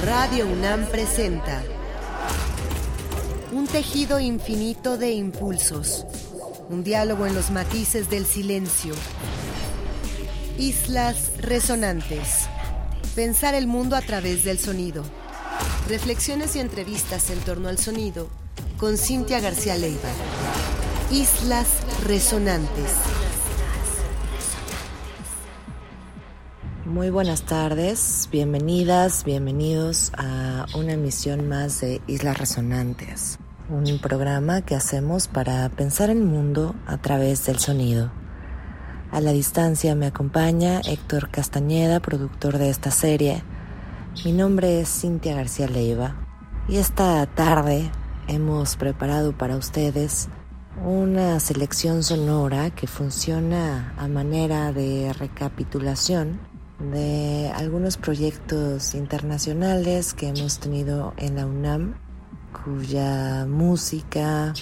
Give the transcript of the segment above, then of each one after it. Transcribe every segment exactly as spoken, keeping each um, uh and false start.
Radio UNAM presenta un tejido infinito de impulsos, un diálogo en los matices del silencio. Islas Resonantes. Pensar el mundo a través del sonido. Reflexiones y entrevistas en torno al sonido con Cintia García Leiva. Islas Resonantes. Muy buenas tardes, bienvenidas, bienvenidos a una emisión más de Islas Resonantes, un programa que hacemos para pensar el mundo a través del sonido. A la distancia me acompaña Héctor Castañeda, productor de esta serie. Mi nombre es Cintia García Leiva y esta tarde hemos preparado para ustedes una selección sonora que funciona a manera de recapitulación de algunos proyectos internacionales que hemos tenido en la UNAM, cuya música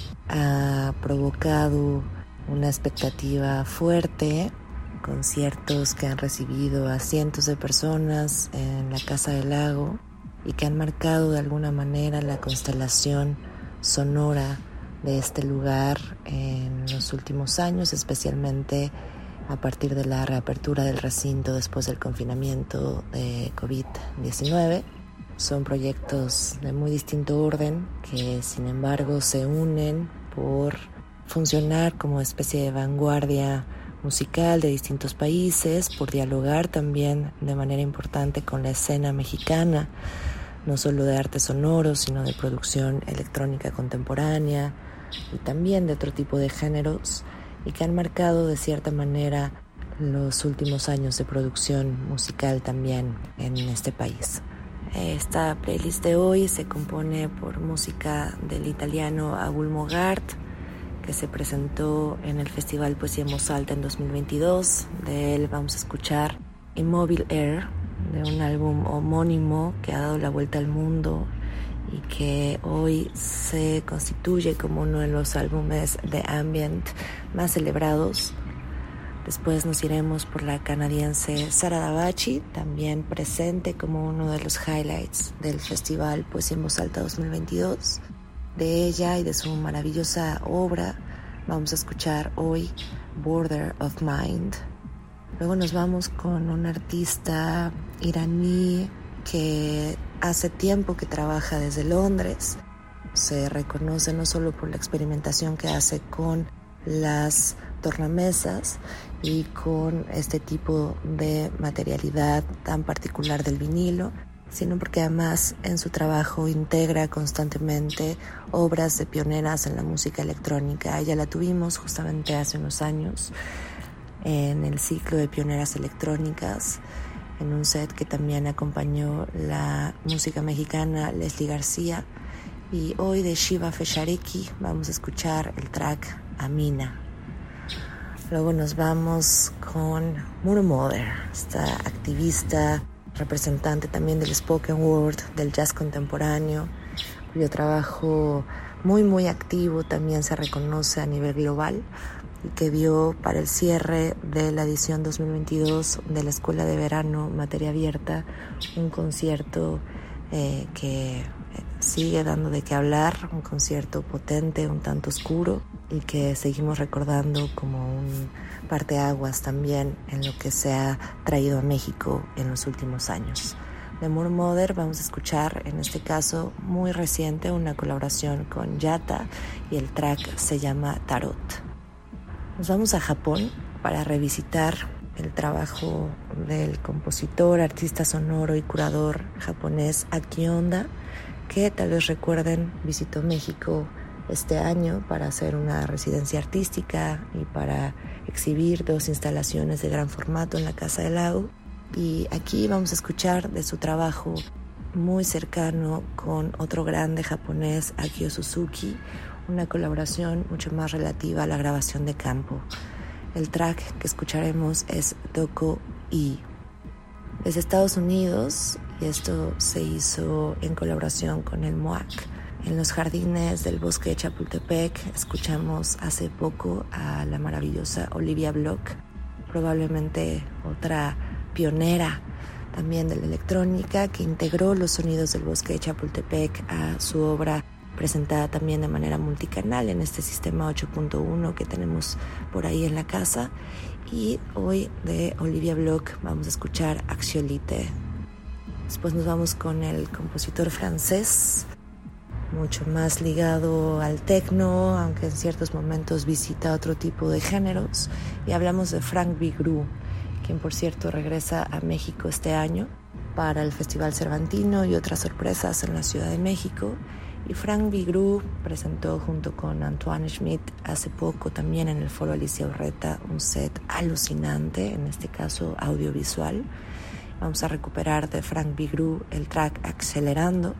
ha provocado una expectativa fuerte, conciertos que han recibido a cientos de personas en la Casa del Lago y que han marcado de alguna manera la constelación sonora de este lugar en los últimos años, especialmente a partir de la reapertura del recinto después del confinamiento de covid diecinueve. Son proyectos de muy distinto orden que, sin embargo, se unen por funcionar como especie de vanguardia musical de distintos países, por dialogar también de manera importante con la escena mexicana, no solo de arte sonoro, sino de producción electrónica contemporánea y también de otro tipo de géneros, y que han marcado de cierta manera los últimos años de producción musical también en este país. Esta playlist de hoy se compone por música del italiano Agul Mogart, que se presentó en el Festival Poesía en Voz Alta en dos mil veintidós. De él vamos a escuchar Immobile Air, de un álbum homónimo que ha dado la vuelta al mundo y que hoy se constituye como uno de los álbumes de ambient más celebrados. Después nos iremos por la canadiense Sara Davachi, también presente como uno de los highlights del Festival Poesía en Voz Alta dos mil veintidós. De ella y de su maravillosa obra vamos a escuchar hoy Border of Mind. Luego nos vamos con un artista iraní que hace tiempo que trabaja desde Londres. Se reconoce no solo por la experimentación que hace con las tornamesas y con este tipo de materialidad tan particular del vinilo, sino porque además en su trabajo integra constantemente obras de pioneras en la música electrónica. Ella la tuvimos justamente hace unos años en el ciclo de pioneras electrónicas, en un set que también acompañó la música mexicana Leslie García. Y hoy de Shiva Feshareki vamos a escuchar el track Amina. Luego nos vamos con Muru Mother, esta activista, representante también del spoken word, del jazz contemporáneo, cuyo trabajo muy muy activo también se reconoce a nivel global, y que dio para el cierre de la edición dos mil veintidós de la Escuela de Verano Materia Abierta un concierto eh, que sigue dando de qué hablar, un concierto potente, un tanto oscuro, y que seguimos recordando como un parteaguas también en lo que se ha traído a México en los últimos años. De Muru Mother vamos a escuchar, en este caso muy reciente, una colaboración con Yata, y el track se llama Tarot. Nos vamos a Japón para revisitar el trabajo del compositor, artista sonoro y curador japonés Aki Onda, que tal vez recuerden visitó México este año para hacer una residencia artística y para exhibir dos instalaciones de gran formato en la Casa del Lago. Y aquí vamos a escuchar de su trabajo muy cercano con otro grande japonés, Akio Suzuki, una colaboración mucho más relativa a la grabación de campo. El track que escucharemos es Doko I. Desde Estados Unidos, y esto se hizo en colaboración con el M O A C, en los jardines del bosque de Chapultepec, escuchamos hace poco a la maravillosa Olivia Bloch, probablemente otra pionera también de la electrónica, que integró los sonidos del bosque de Chapultepec a su obra, presentada también de manera multicanal en este sistema ocho punto uno que tenemos por ahí en la casa. Y hoy de Olivia Bloch vamos a escuchar Axiolite. Después nos vamos con el compositor francés, mucho más ligado al techno, aunque en ciertos momentos visita otro tipo de géneros. Y hablamos de Frank Vigreux, quien por cierto regresa a México este año para el Festival Cervantino y otras sorpresas en la Ciudad de México. Y Frank Vigreux presentó junto con Antoine Schmidt hace poco también en el Foro Alicia Urreta un set alucinante, en este caso audiovisual. Vamos a recuperar de Frank Vigreux el track Accelerando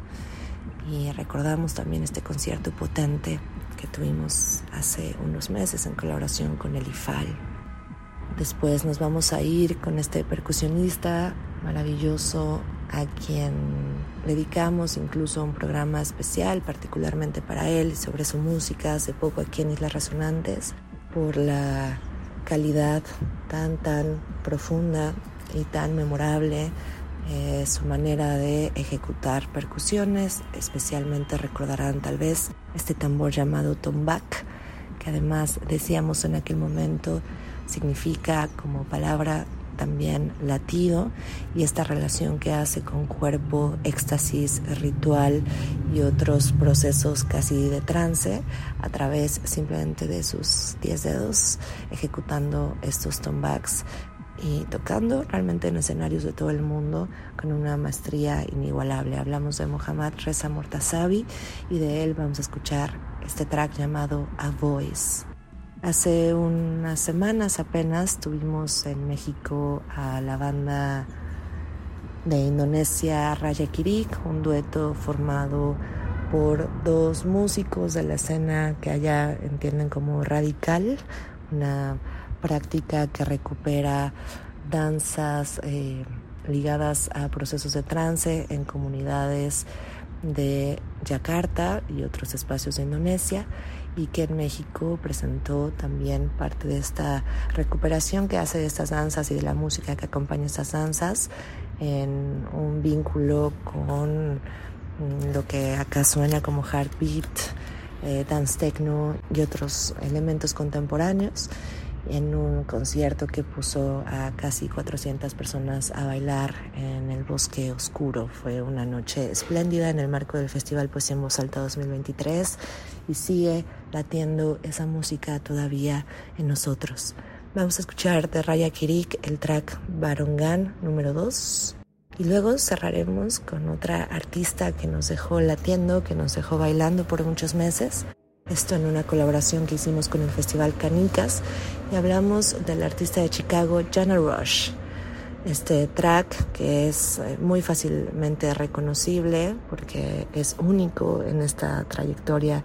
y recordamos también este concierto potente que tuvimos hace unos meses en colaboración con el I F A L. Después nos vamos a ir con este percusionista maravilloso a quien dedicamos incluso un programa especial particularmente para él sobre su música hace poco aquí en Islas Resonantes, por la calidad tan tan profunda y tan memorable, eh, su manera de ejecutar percusiones. Especialmente recordarán tal vez este tambor llamado tombak, que además decíamos en aquel momento significa como palabra también latido, y esta relación que hace con cuerpo, éxtasis, ritual y otros procesos casi de trance a través simplemente de sus diez dedos, ejecutando estos tombaks y tocando realmente en escenarios de todo el mundo con una maestría inigualable. Hablamos de Mohammad Reza Mortazavi y de él vamos a escuchar este track llamado A Voice. Hace unas semanas apenas tuvimos en México a la banda de Indonesia Raya Kirik, un dueto formado por dos músicos de la escena que allá entienden como radical, una práctica que recupera danzas eh, ligadas a procesos de trance en comunidades de Yakarta y otros espacios de Indonesia, y que en México presentó también parte de esta recuperación que hace de estas danzas y de la música que acompaña estas danzas en un vínculo con lo que acá suena como heartbeat, eh, dance techno y otros elementos contemporáneos, en un concierto que puso a casi cuatrocientas personas a bailar en el Bosque Oscuro. Fue una noche espléndida en el marco del Festival Poesía en Voz Alta dos mil veintitrés y sigue latiendo esa música todavía en nosotros. Vamos a escuchar de Raya Kirik el track Barongan número dos y luego cerraremos con otra artista que nos dejó latiendo, que nos dejó bailando por muchos meses. Esto en una colaboración que hicimos con el Festival Canicas, y hablamos del artista de Chicago, Jana Rush. Este track que es muy fácilmente reconocible porque es único en esta trayectoria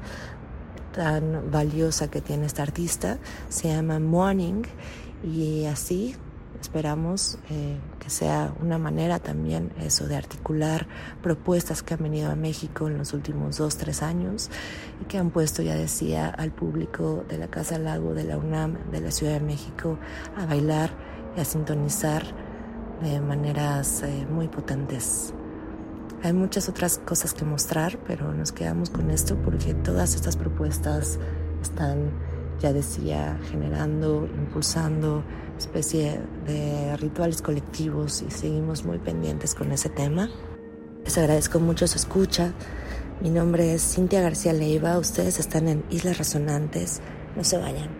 tan valiosa que tiene esta artista, se llama Morning, y así esperamos eh, que sea una manera también eso de articular propuestas que han venido a México en los últimos dos, tres años y que han puesto, ya decía, al público de la Casa Lago, de la UNAM, de la Ciudad de México a bailar y a sintonizar de maneras eh, muy potentes. Hay muchas otras cosas que mostrar, pero nos quedamos con esto porque todas estas propuestas están, ya decía, generando, impulsando especie de rituales colectivos y seguimos muy pendientes con ese tema. Les agradezco mucho su escucha. Mi nombre es Cintia García Leiva. Ustedes están en Islas Resonantes. No se vayan.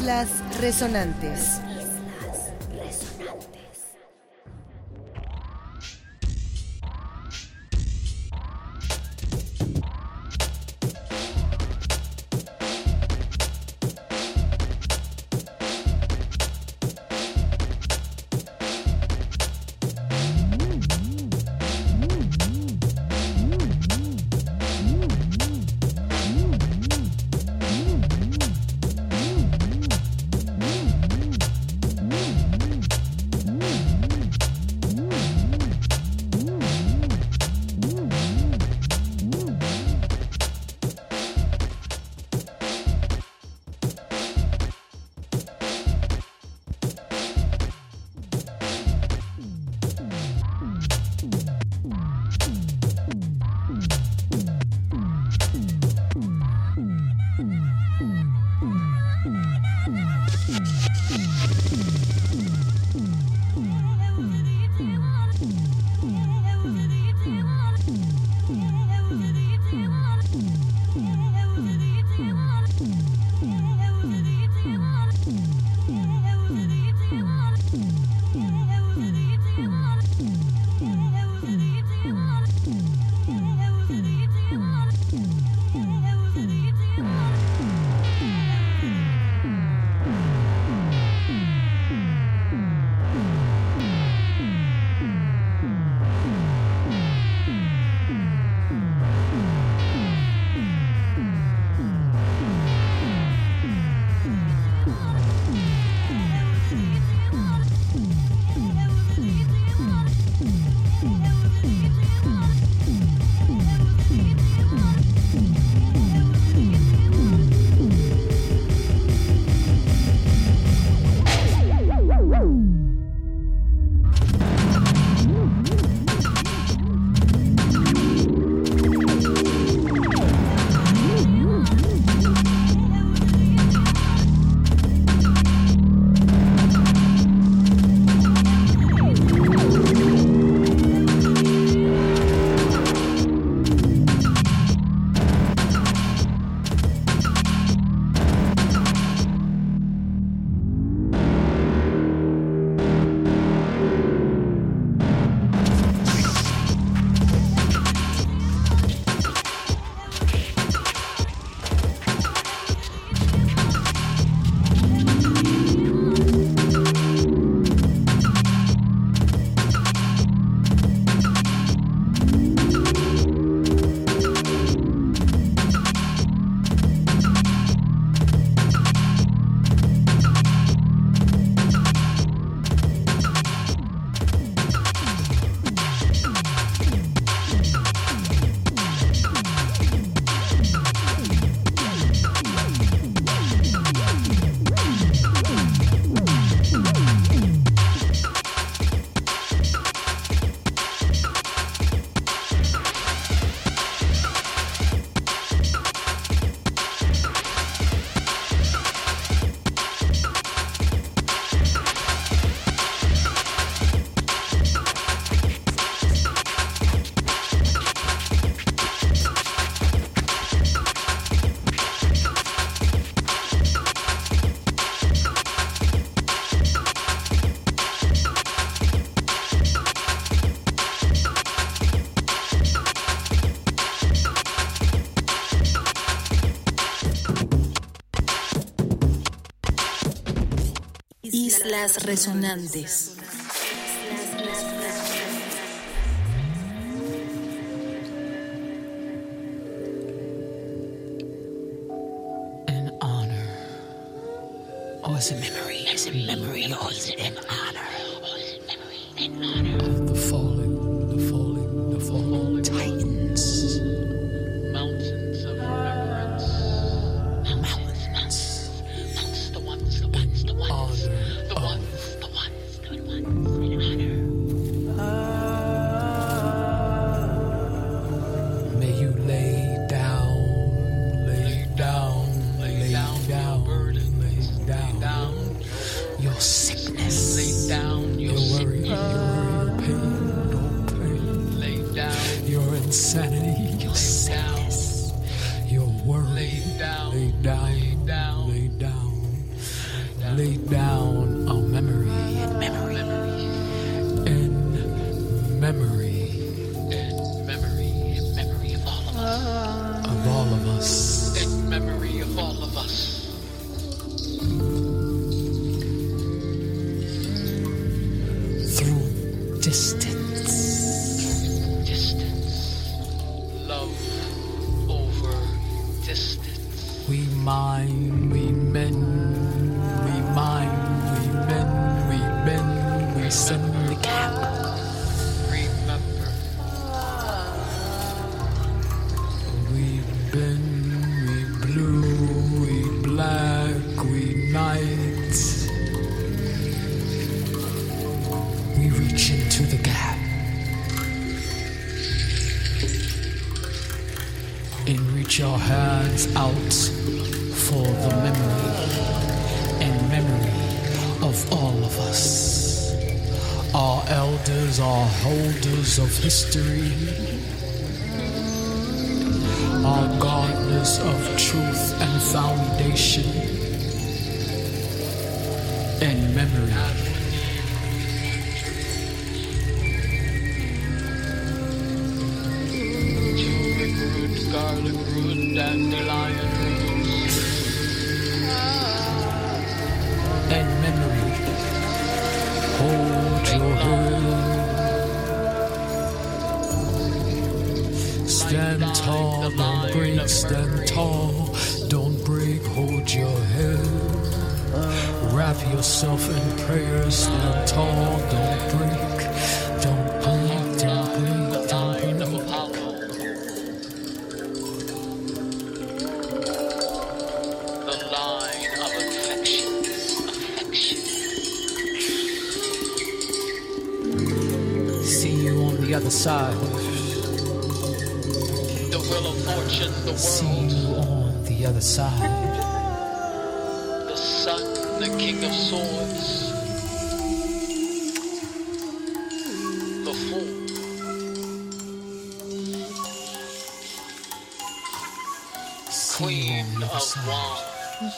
Islas Resonantes. Islas Resonantes. An honor. Or is it memory? Is it memory or is it an honor? Or is it memory and honor? Of the fallen, the fallen, the fallen titans. Mountains of remembrance. Mountains, mountains, mountains, the ones, the ones, the ones, the ones, the ones, the ones, in honor. May you lay down, lay down, lay down, down, burden, lay down your sickness, lay down your worry, your pain. lay down a memory. In memory. In memory. In memory. In memory of all of us. Of all of us. In memory of all of us. Through distance. Distance. Love over distance. We mine, we mend. Send the gap. Remember, we bend, we blue, we black, we night. We reach into the gap and reach our hands out for the memory and memory of all of us. Our elders are holders of history, our gardeners of truth and foundation and memory. Turmeric root, garlic root, dandelion roots, and memory. Hold your head. Stand tall, don't break, stand tall, don't break, hold your head. Wrap yourself in prayer, stand tall, don't break, don't break, don't break, don't break. The line of affection, affection. See you on the other side. The wheel of fortune, the world. See you on the other side. The sun, the king of swords. The fool. Queen of wands.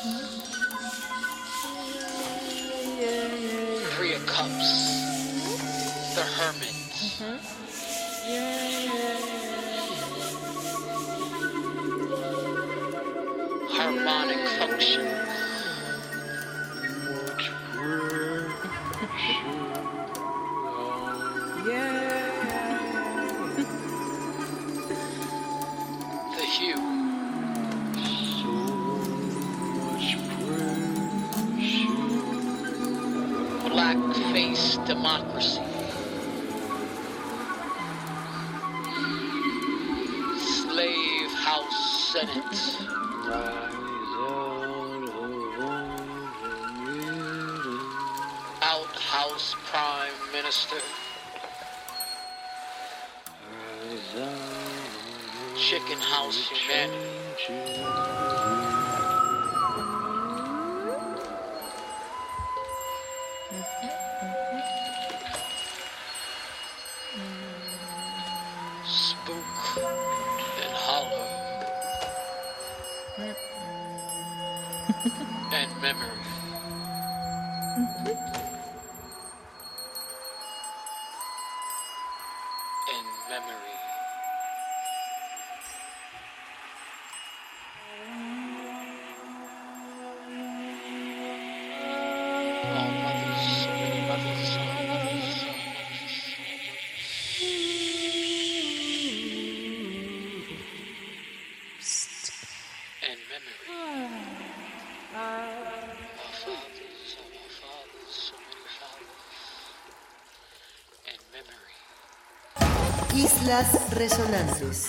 Three of cups. The hermit. Harmonic function. The hue. Black-face democracy. Slave house senate. Outhouse prime minister. Chicken house humanity. Spook and hollow. And memory. And memory. All mothers, so many mothers, all mothers, all mothers. And memory. Our fathers, all our fathers, so many fathers. And memory. Islas Resonantes.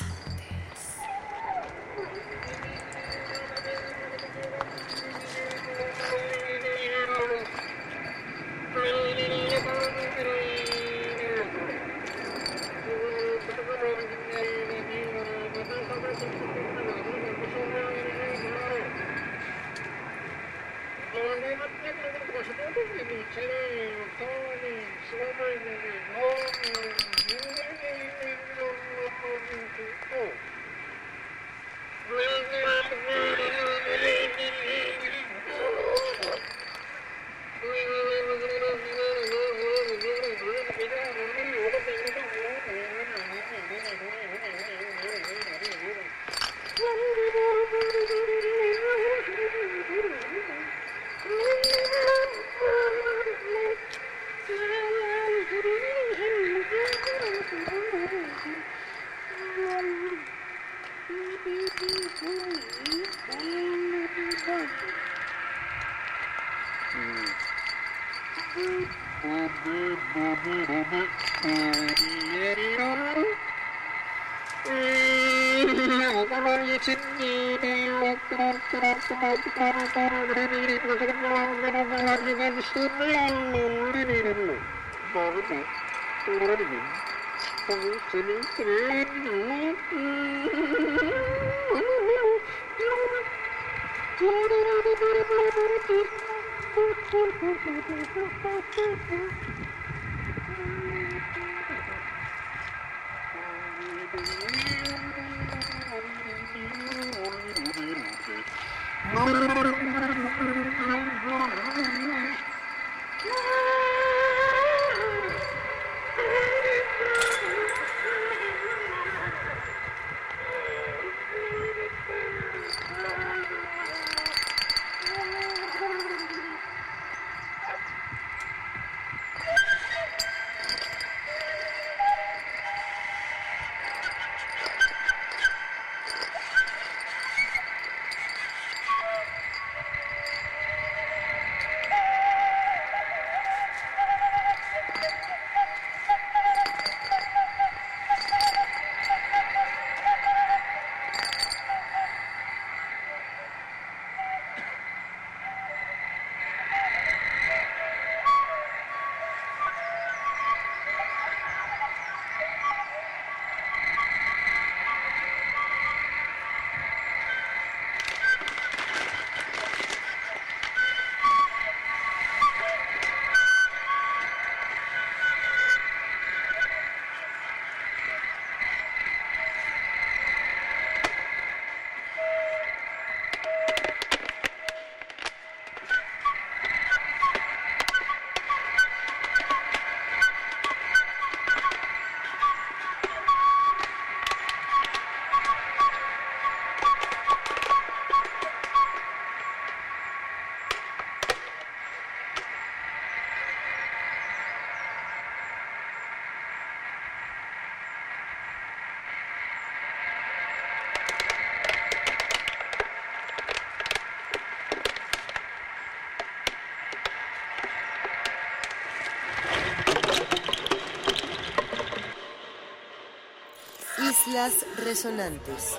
Islas Resonantes.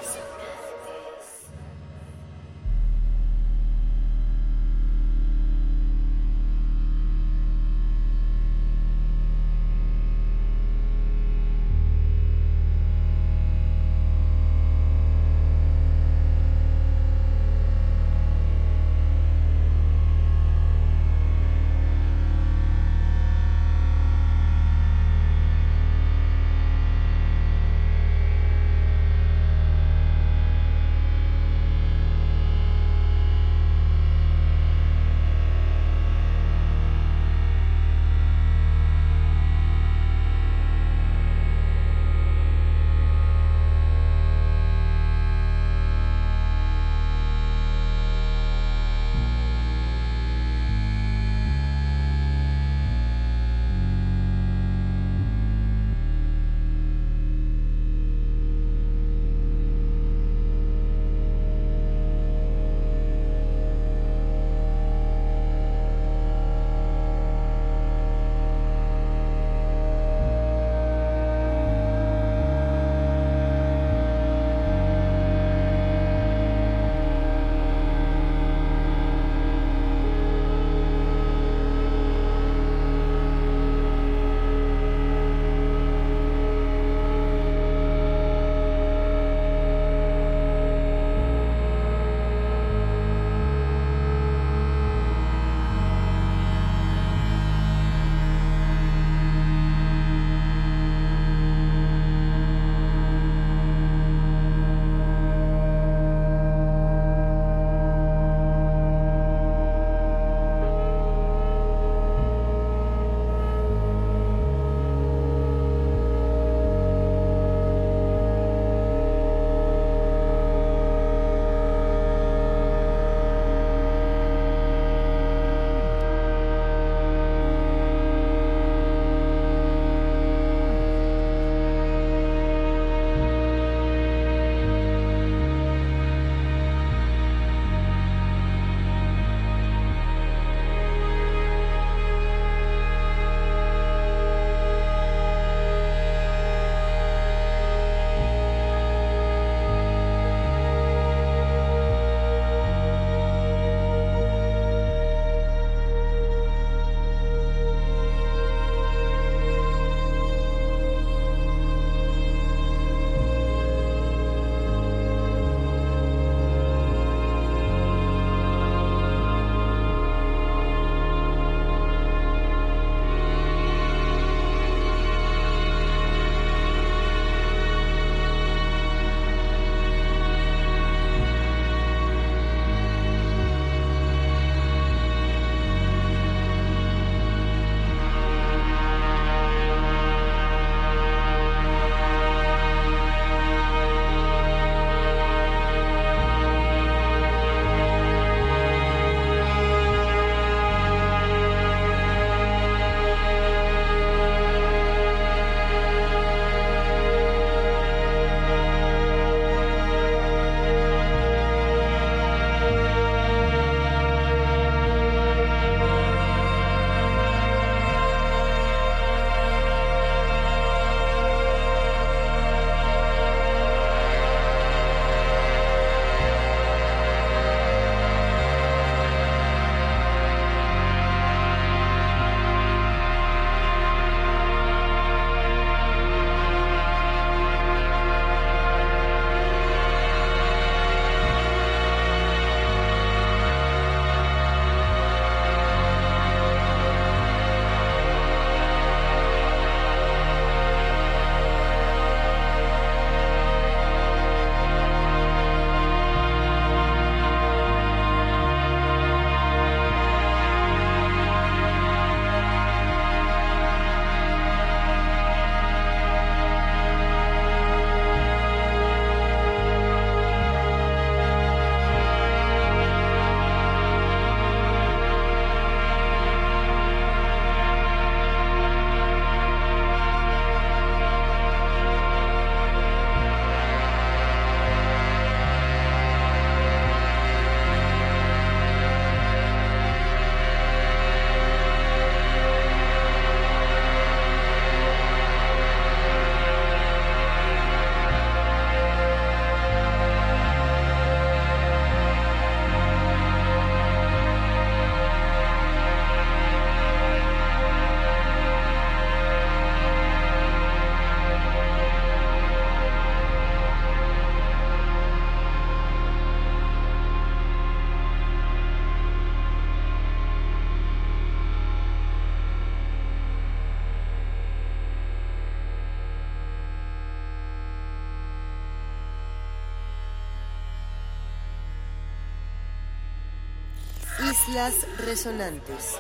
Islas Resonantes.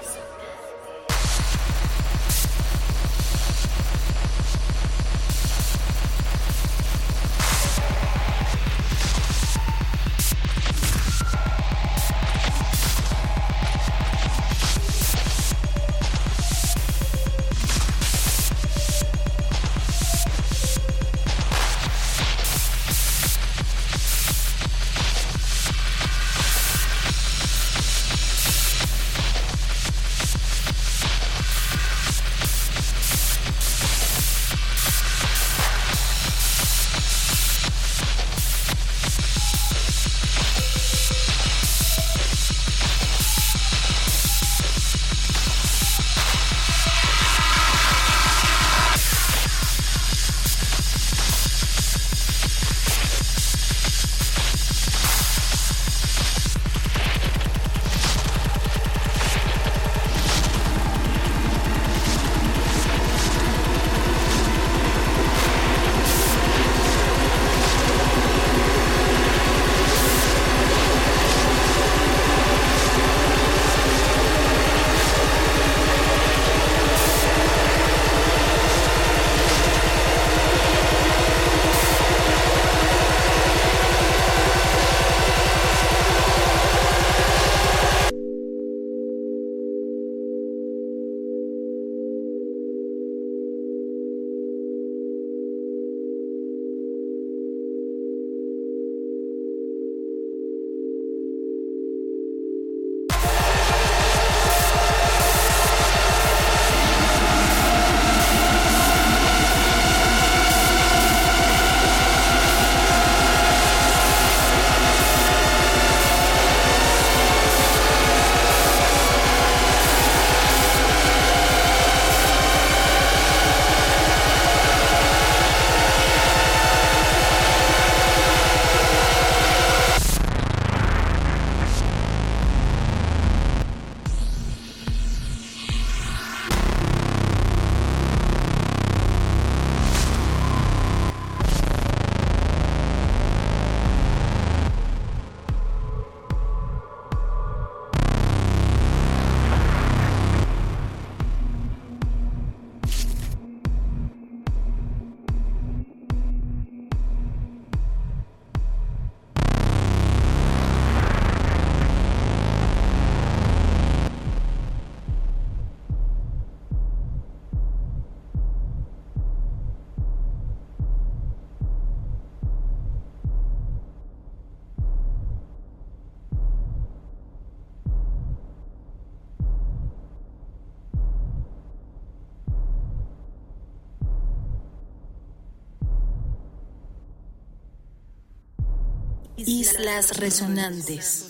Islas Resonantes.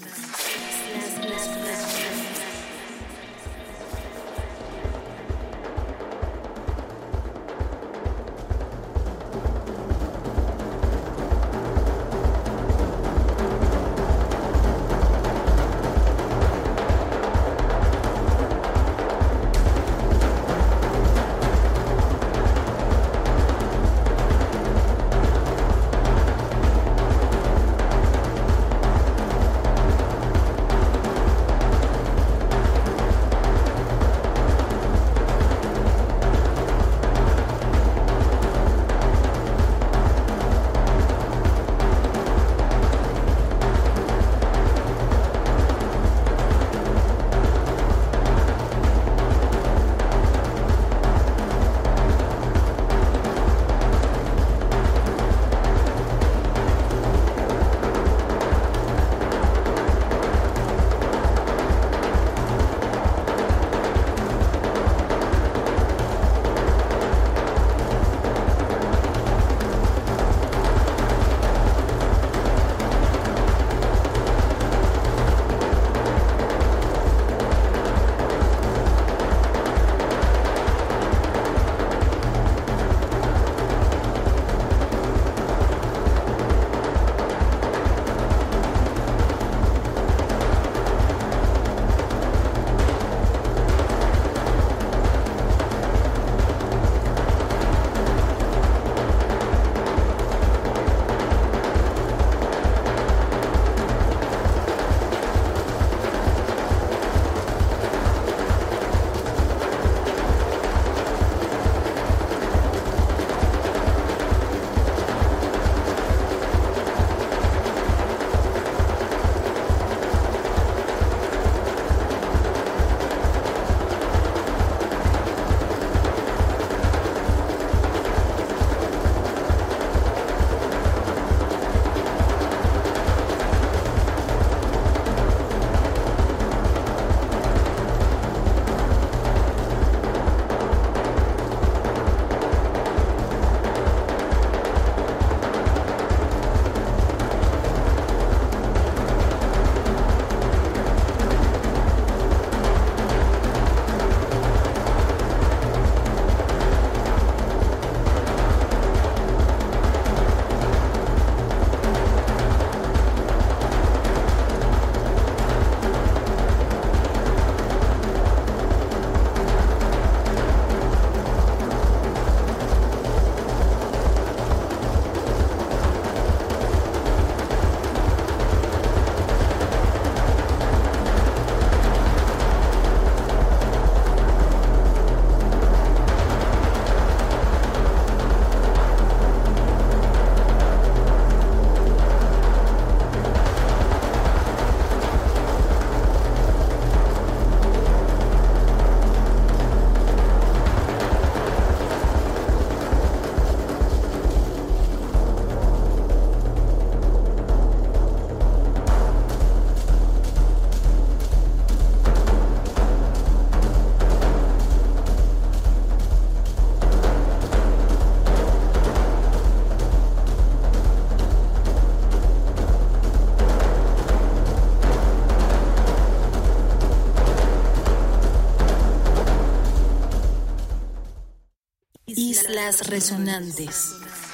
Islas Resonantes.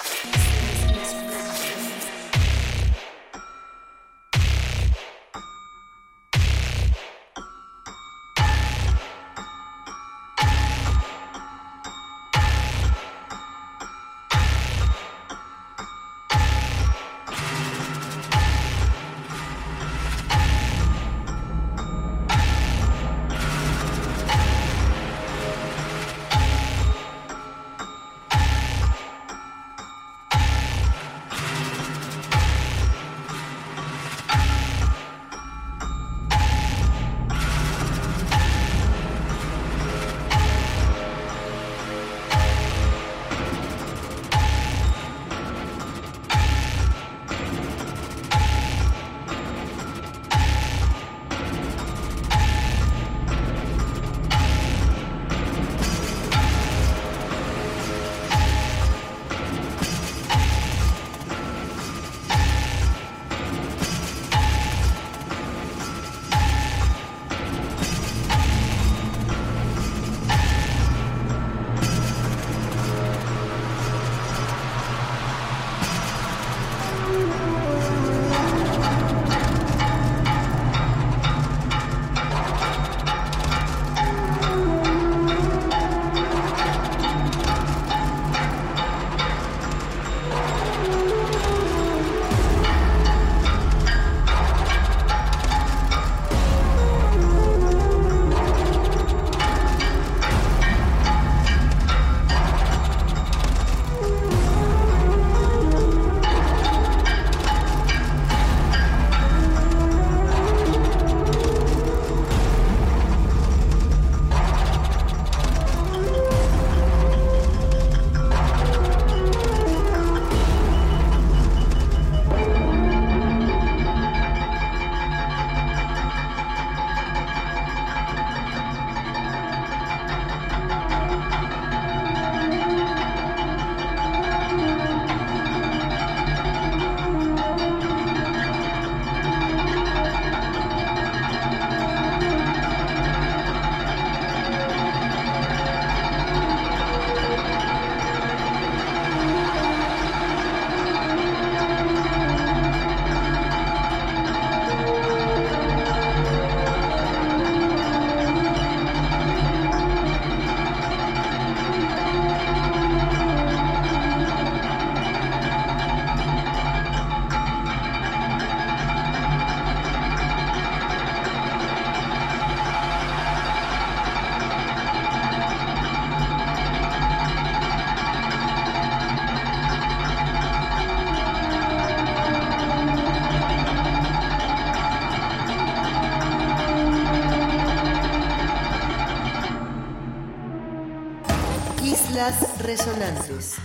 Islas Resonantes.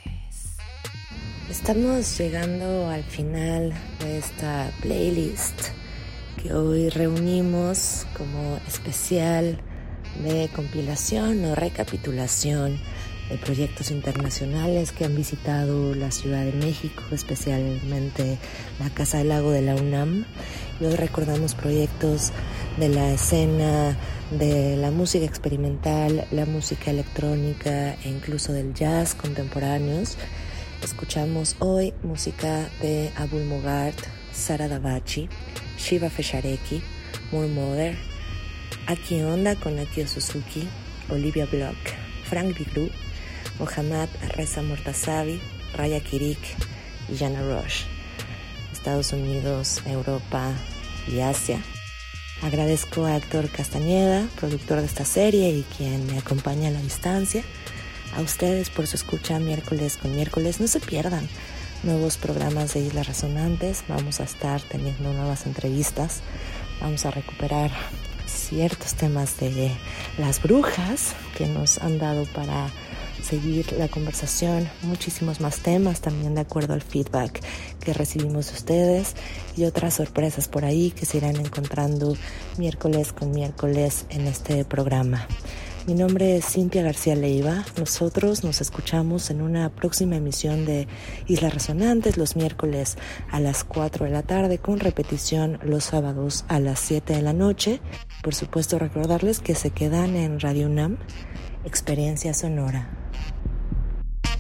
Estamos llegando al final de esta playlist que hoy reunimos como especial de compilación o recapitulación de proyectos internacionales que han visitado la Ciudad de México, especialmente la Casa del Lago de la UNAM. Y hoy recordamos proyectos de la escena de la música experimental, la música electrónica e incluso del jazz contemporáneos. Escuchamos hoy música de Abul Mogart, Sara Davachi, Shiva Feshareki, Moore Mother, Aki Onda con Akio Suzuki, Olivia Block, Frank Bigru, Mohammad Reza Mortazavi, Raya Kirik y Jana Roche. Estados Unidos, Europa y Asia. Agradezco a Héctor Castañeda, productor de esta serie y quien me acompaña a la distancia. A ustedes por su escucha miércoles con miércoles. No se pierdan nuevos programas de Islas Resonantes. Vamos a estar teniendo nuevas entrevistas. Vamos a recuperar ciertos temas de las brujas que nos han dado para seguir la conversación, muchísimos más temas también de acuerdo al feedback que recibimos de ustedes y otras sorpresas por ahí que se irán encontrando miércoles con miércoles en este programa. Mi nombre es Cintia García Leiva. Nosotros nos escuchamos en una próxima emisión de Islas Resonantes los miércoles a las cuatro de la tarde con repetición los sábados a las siete de la noche. Por supuesto, recordarles que se quedan en Radio UNAM, Experiencia Sonora.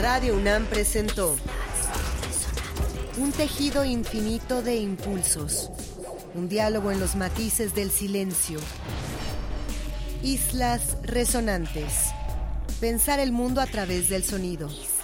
Radio UNAM presentó un tejido infinito de impulsos, un diálogo en los matices del silencio. Islas Resonantes. Pensar el mundo a través del sonido.